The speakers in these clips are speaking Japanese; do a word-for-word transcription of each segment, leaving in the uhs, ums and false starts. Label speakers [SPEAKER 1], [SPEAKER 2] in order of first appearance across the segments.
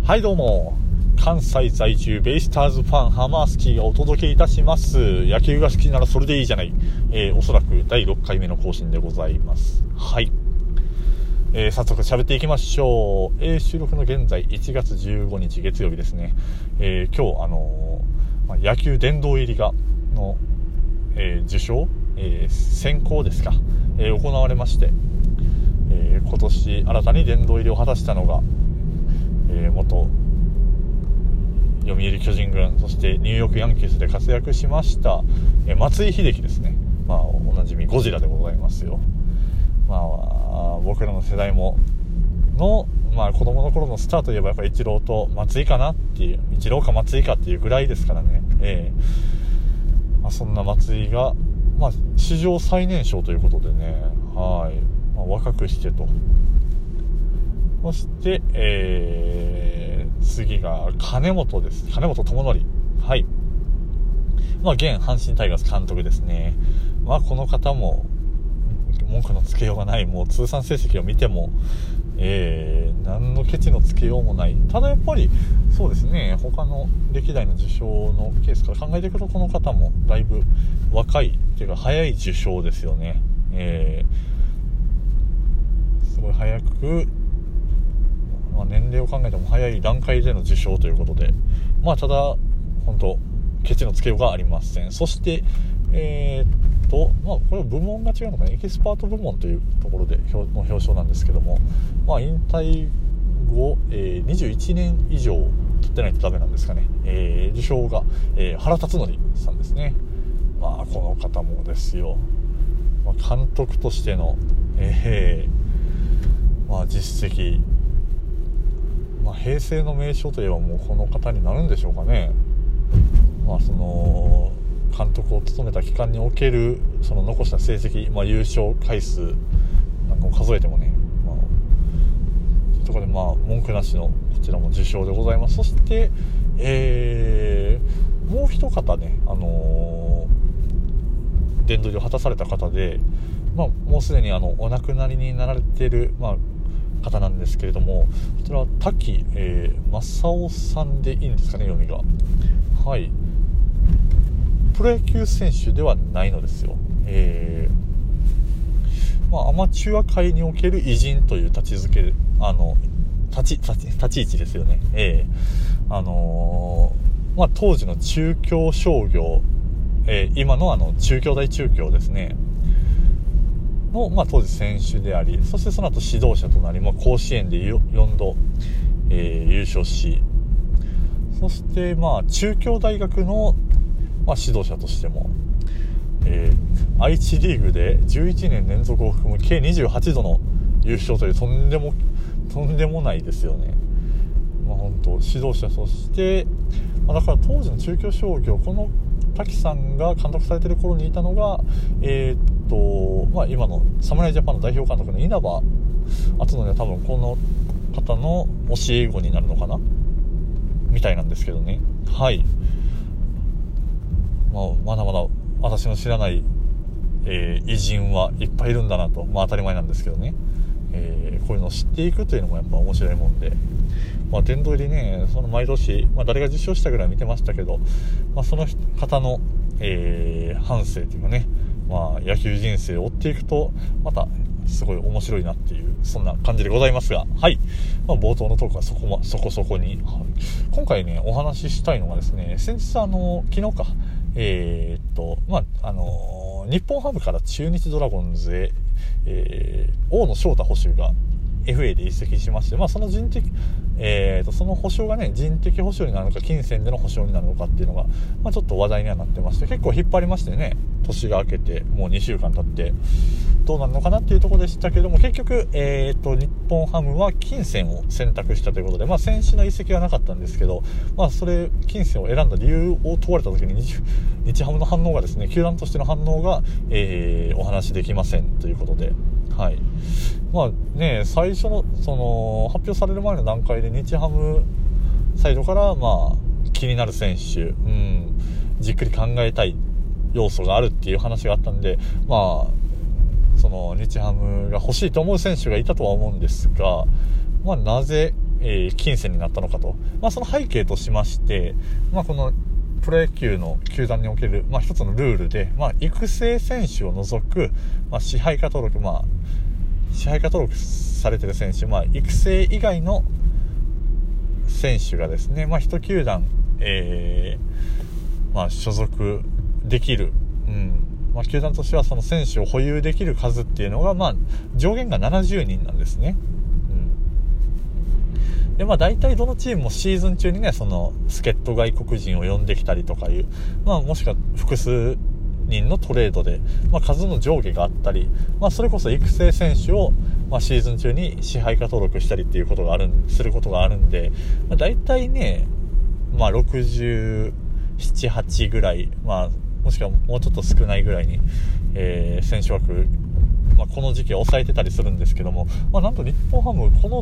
[SPEAKER 1] はいどうも、関西在住ベイスターズファンハマースキーがお届けいたします。野球が好きならそれでいいじゃない、えー、おそらくだいろっかいめの更新でございます。はい、えー、早速喋っていきましょう。えー、収録の現在いちがつじゅうごにち月曜日ですね。えー、今日あのーまあ、野球殿堂入りがの、えー、受賞、えー、選考ですか、えー、行われまして、えー、今年新たに殿堂入りを果たしたのが、えー、元読売巨人軍、そしてニューヨークヤンキースで活躍しました、えー、松井秀喜ですね。まあおなじみゴジラでございますよ。まあ僕らの世代もの、まあ、子供の頃のスターといえばやっぱりイチローと松井かなっていう、イチローか松井かっていうぐらいですからね。えーまあ、そんな松井が、まあ、史上最年少ということでね、はい、まあ、若くしてと。そして、えー、次が金本です。金本智則。はい。まあ、現阪神タイガース監督ですね。まあ、この方も文句のつけようがない。もう通算成績を見ても、えー、何のケチのつけようもない。ただやっぱりそうですね、他の歴代の受賞のケースから考えていくと、この方もだいぶ若いっていうか早い受賞ですよね。えー、すごい早く、まあ、年齢を考えても早い段階での受賞ということで、まあただ本当ケチのつけようがありません。そしてえー、っとまあこれ部門が違うのかな、エキスパート部門というところでの表彰なんですけども、まあ引退後、えー、にじゅういちねん以上経ってないとダメなんですかね。えー、受賞が、えー、原辰徳さんですね。まあこの方もですよ、まあ、監督としての、えーまあ、実績、まあ、平成の名将といえばもうこの方になるんでしょうかね。まあその監督を務めた期間におけるその残した成績、まあ、優勝回数なんかを数えてもね、まあ、というところでまあ文句なしのこちらも受賞でございます。そして、えー、もう一方ね、あのー、殿堂入りを果たされた方で、まあ、もうすでにあのお亡くなりになられている、まあ、方なんですけれども、こちらは滝、えー、正夫さんでいいんですかね、読みが。はい、プロ野球選手ではないのですよ。えーまあ、アマチュア界における偉人という立ちづけ、あの立ち、立ち、立ち位置ですよね。えーあのーまあ、当時の中京商業、えー、今のあの中京大中京ですねの、まあ、当時選手であり、そしてその後指導者となり、まあ、甲子園でよんど、えー、優勝し、そしてまあ中京大学のまあ、指導者としても、えー、愛知リーグでじゅういちねん連続を含む計にじゅうはちどの優勝というとんでもとんでもないですよね。まあ、本当指導者として、まあ、だから当時の中京商業、この滝さんが監督されている頃にいたのが、えーっとまあ、今の侍ジャパンの代表監督の稲葉篤紀は多分この方の教え子になるのかなみたいなんですけどね。はい、まあ、まだまだ私の知らない、えー、偉人はいっぱいいるんだなと、まあ、当たり前なんですけどね、えー、こういうのを知っていくというのもやっぱ面白いもんで、まあ、殿堂入りね、その毎年、まあ、誰が受賞したぐらい見てましたけど、まあ、その方の、えー、半生というかね、まあ、野球人生を追っていくとまたすごい面白いなっていう、そんな感じでございますが、はい、まあ、冒頭のトークはそこ、ま、そこそこに、はい、今回ねお話ししたいのがですね、先日あの昨日かえー、っとまああのー、日本ハムから中日ドラゴンズへ、えー、大野翔太捕手が エフエー で移籍しまして、まあ、その人的、えー、とその保証がね人的保証になるのか金銭での保証になるのかっていうのが、まあ、ちょっと話題にはなってまして、結構引っ張りましてね、年が明けてもうにしゅうかん経ってどうなるのかなっていうところでしたけども、結局、えー、と日本ハムは金銭を選択したということで、まあ、選手の移籍はなかったんですけど、まあ、それ金銭を選んだ理由を問われた時に日, 日ハムの反応がですね、球団としての反応が、えー、お話できませんということで、はい、まあね、最初のその発表される前の段階で日ハムサイドからまあ気になる選手、うん、じっくり考えたい要素があるっていう話があったんで、まあその日ハムが欲しいと思う選手がいたとは思うんですが、まあ、なぜえー、金銭になったのかと、まあ、その背景としまして、まあ、このプロ野球の球団における、まあ、一つのルールで、まあ、育成選手を除く、まあ、支配下登録、まあ、支配下登録されている選手、まあ、育成以外の選手がですね、まあ、一球団、えーまあ、所属できる、うんまあ、球団としてはその選手を保有できる数っていうのが、まあ、上限がななじゅうにんなんですね。でまあ、大体どのチームもシーズン中にね、その助っ人外国人を呼んできたりとかいう、まあ、もしくは複数人のトレードで、まあ、数の上下があったり、まあ、それこそ育成選手を、まあ、シーズン中に支配下登録したりっていうことがあるすることがあるんで、まあ、大体ね、まあ、ろくじゅうなな、はちぐらい、まあ、もしくはもうちょっと少ないぐらいに、えー、選手枠、まあ、この時期は抑えてたりするんですけども、まあ、なんと日本ハムこの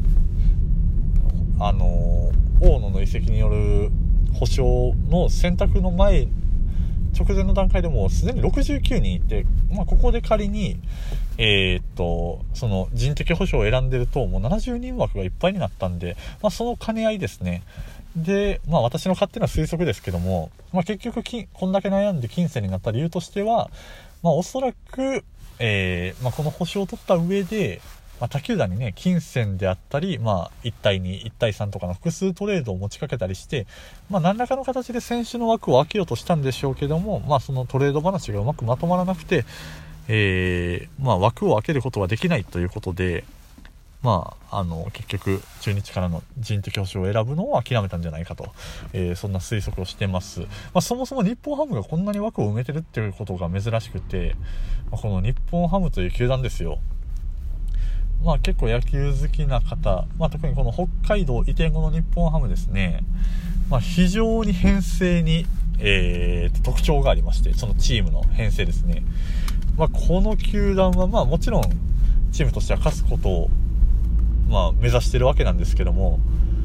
[SPEAKER 1] あの大野の移籍による補償の選択の前直前の段階でもうすでにろくじゅうきゅうにんいて、まあ、ここで仮に、えー、っとその人的補償を選んでるともうななじゅうにん枠がいっぱいになったんで、まあ、その兼ね合いですね。で、まあ、私の勝手な推測ですけども、まあ、結局金こんだけ悩んで金銭になった理由としては、まあ、おそらく、えーまあ、この補償を取った上でまあ、他球団にね、金銭であったり、まあ、いち対に、いち対さんとかの複数トレードを持ちかけたりして、まあ、何らかの形で選手の枠を空けようとしたんでしょうけども、まあ、そのトレード話がうまくまとまらなくて、えー、まあ、枠を空けることができないということで、まあ、あの、結局、中日からの人的補償を選ぶのを諦めたんじゃないかと、えー、そんな推測をしてます。まあ、そもそも日本ハムがこんなに枠を埋めてるっていうことが珍しくて、まあ、この日本ハムという球団ですよ。まあ結構野球好きな方、まあ特にこの北海道移転後の日本ハムですね、まあ非常に編成に、えー、特徴がありまして、そのチームの編成ですね。まあこの球団はまあもちろんチームとしては勝つことをまあ目指してるわけなんですけども、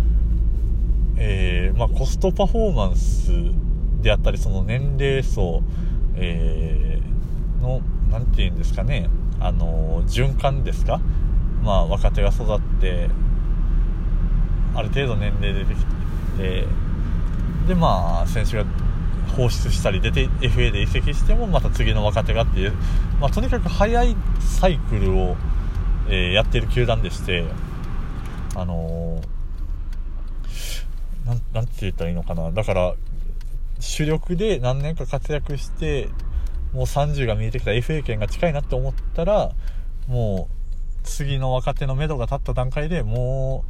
[SPEAKER 1] えー、まあコストパフォーマンスであったり、その年齢層、えー、の、なんていうんですかね、あの、循環ですか？まあ、若手が育ってある程度年齢で出てきて、でまあ選手が放出したり出て エフエー で移籍してもまた次の若手がっていう、まあ、とにかく早いサイクルを、えー、やっている球団でして、あのー、なん、なんて言ったらいいのかな、だから主力で何年か活躍してもうさんじゅうが見えてきた エフエー 権が近いなって思ったら、もう次の若手の目処が立った段階でも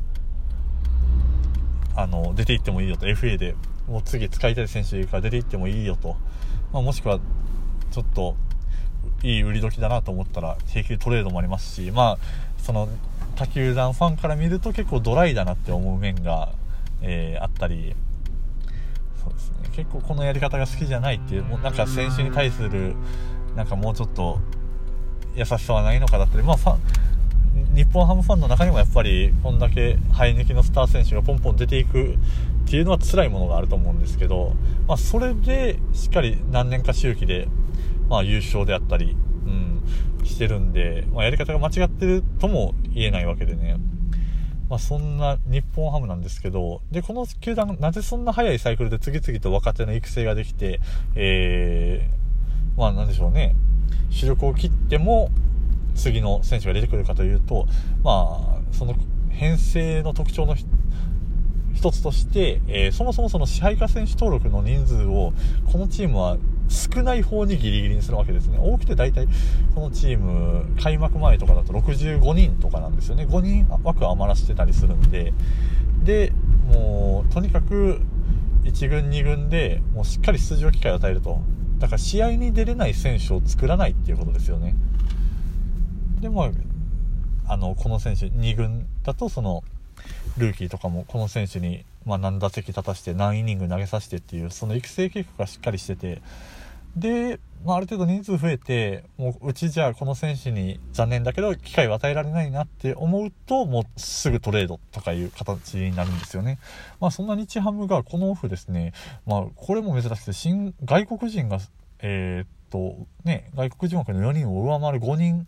[SPEAKER 1] うあの出ていってもいいよと、 エフエー でもう次使いたい選手いるから出ていってもいいよと、まあ、もしくはちょっといい売り時だなと思ったら平気でトレードもありますし、まあその他球団ファンから見ると結構ドライだなって思う面が、えー、あったり、そうですね、結構このやり方が好きじゃないっていう、もうなんか選手に対するなんかもうちょっと優しさはないのかだったり、まあファン日本ハムファンの中にもやっぱりこんだけ生え抜きのスター選手がポンポン出ていくっていうのは辛いものがあると思うんですけど、まあ、それでしっかり何年か周期で、まあ、優勝であったり、うん、してるんで、まあ、やり方が間違ってるとも言えないわけでね、まあ、そんな日本ハムなんですけど、でこの球団なぜそんな早いサイクルで次々と若手の育成ができて、えー、まあなんでしょうね、主力を切っても次の選手が出てくるかというと、まあその編成の特徴の一つとして、えー、そもそもその支配下選手登録の人数をこのチームは少ない方にギリギリにするわけですね。多くて大体このチーム開幕前とかだとろくじゅうごにんとかなんですよね。ごにん枠余らせてたりするんで、でもうとにかくいち軍に軍でもうしっかり出場機会を与えると。だから試合に出れない選手を作らないっていうことですよね。でもあのこの選手に軍だとそのルーキーとかもこの選手にまあ何打席立たして何イニング投げさせてっていうその育成計画がしっかりしてて、で、まあ、ある程度人数増えてもううちじゃあこの選手に残念だけど機会を与えられないなって思うともうすぐトレードとかいう形になるんですよね。まあそんな日ハムがこのオフですね、まあこれも珍しくて新外国人がえー、っとね外国人枠のよにんを上回るごにん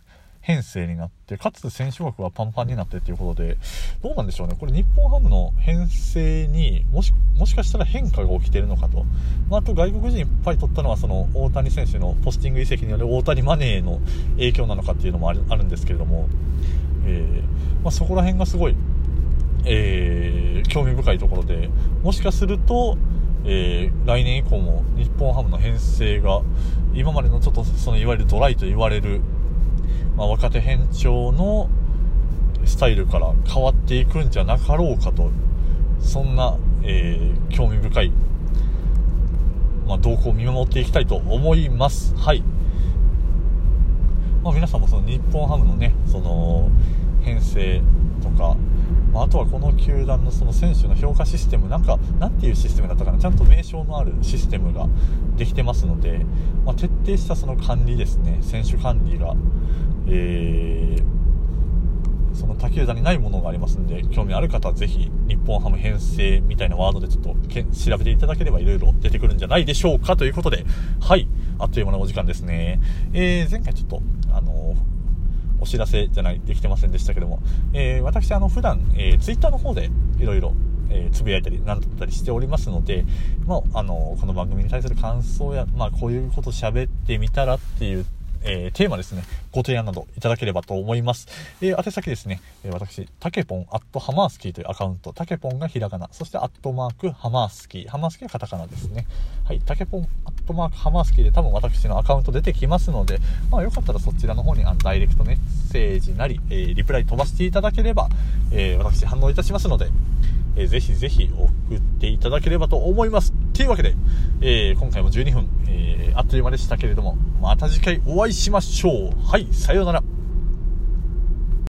[SPEAKER 1] 編成になって、かつ選手枠はパンパンになってっていうことで、どうなんでしょうね。これ日本ハムの編成にもしもしかしたら変化が起きているのかと、まあ、あと外国人いっぱい取ったのはその大谷選手のポスティング移籍による大谷マネーの影響なのかっていうのもある、あるんですけれども、えーまあ、そこら辺がすごい、えー、興味深いところで、もしかすると、えー、来年以降も日本ハムの編成が今までのちょっとそのいわゆるドライと言われる、まあ、若手編長のスタイルから変わっていくんじゃなかろうかと、そんな、えー、興味深い、まあ、動向を見守っていきたいと思います。はい。まあ、皆さんもその日本ハムのね、その編成とか、まあ、あとはこの球団のその選手の評価システム、なんかなんていうシステムだったかな、ちゃんと名称のあるシステムができてますので、まあ、徹底したその管理ですね、選手管理が、えー、その他球団にないものがありますので、興味ある方はぜひ日本ハム編成みたいなワードでちょっとけ調べていただければいろいろ出てくるんじゃないでしょうかということで、はい、あっという間のお時間ですね。えー、前回ちょっとあのーお知らせじゃないできてませんでしたけども、えー、私あの普段、えー、ツイッターの方でいろいろつぶやいたりなんだったりしておりますので、まあ、あのこの番組に対する感想や、まあ、こういうこと喋ってみたらっていう、えー、テーマですね、ご提案などいただければと思います。えー、宛先ですね、えー、私タケポンアットハマースキーというアカウント、タケポンがひらがな、そしてアットマークハマースキー、ハマースキーはカタカナですね。はい、タケポンアットマークハマースキーで多分私のアカウント出てきますので、まあ、よかったらそちらの方にあのダイレクトメッセージなり、えー、リプライ飛ばしていただければ、えー、私反応いたしますので、えー、ぜひぜひ送っていただければと思います。というわけで、えー、今回もじゅうにふん、えー、あっという間でしたけれども、また次回お会いしましょう。はい、さようなら。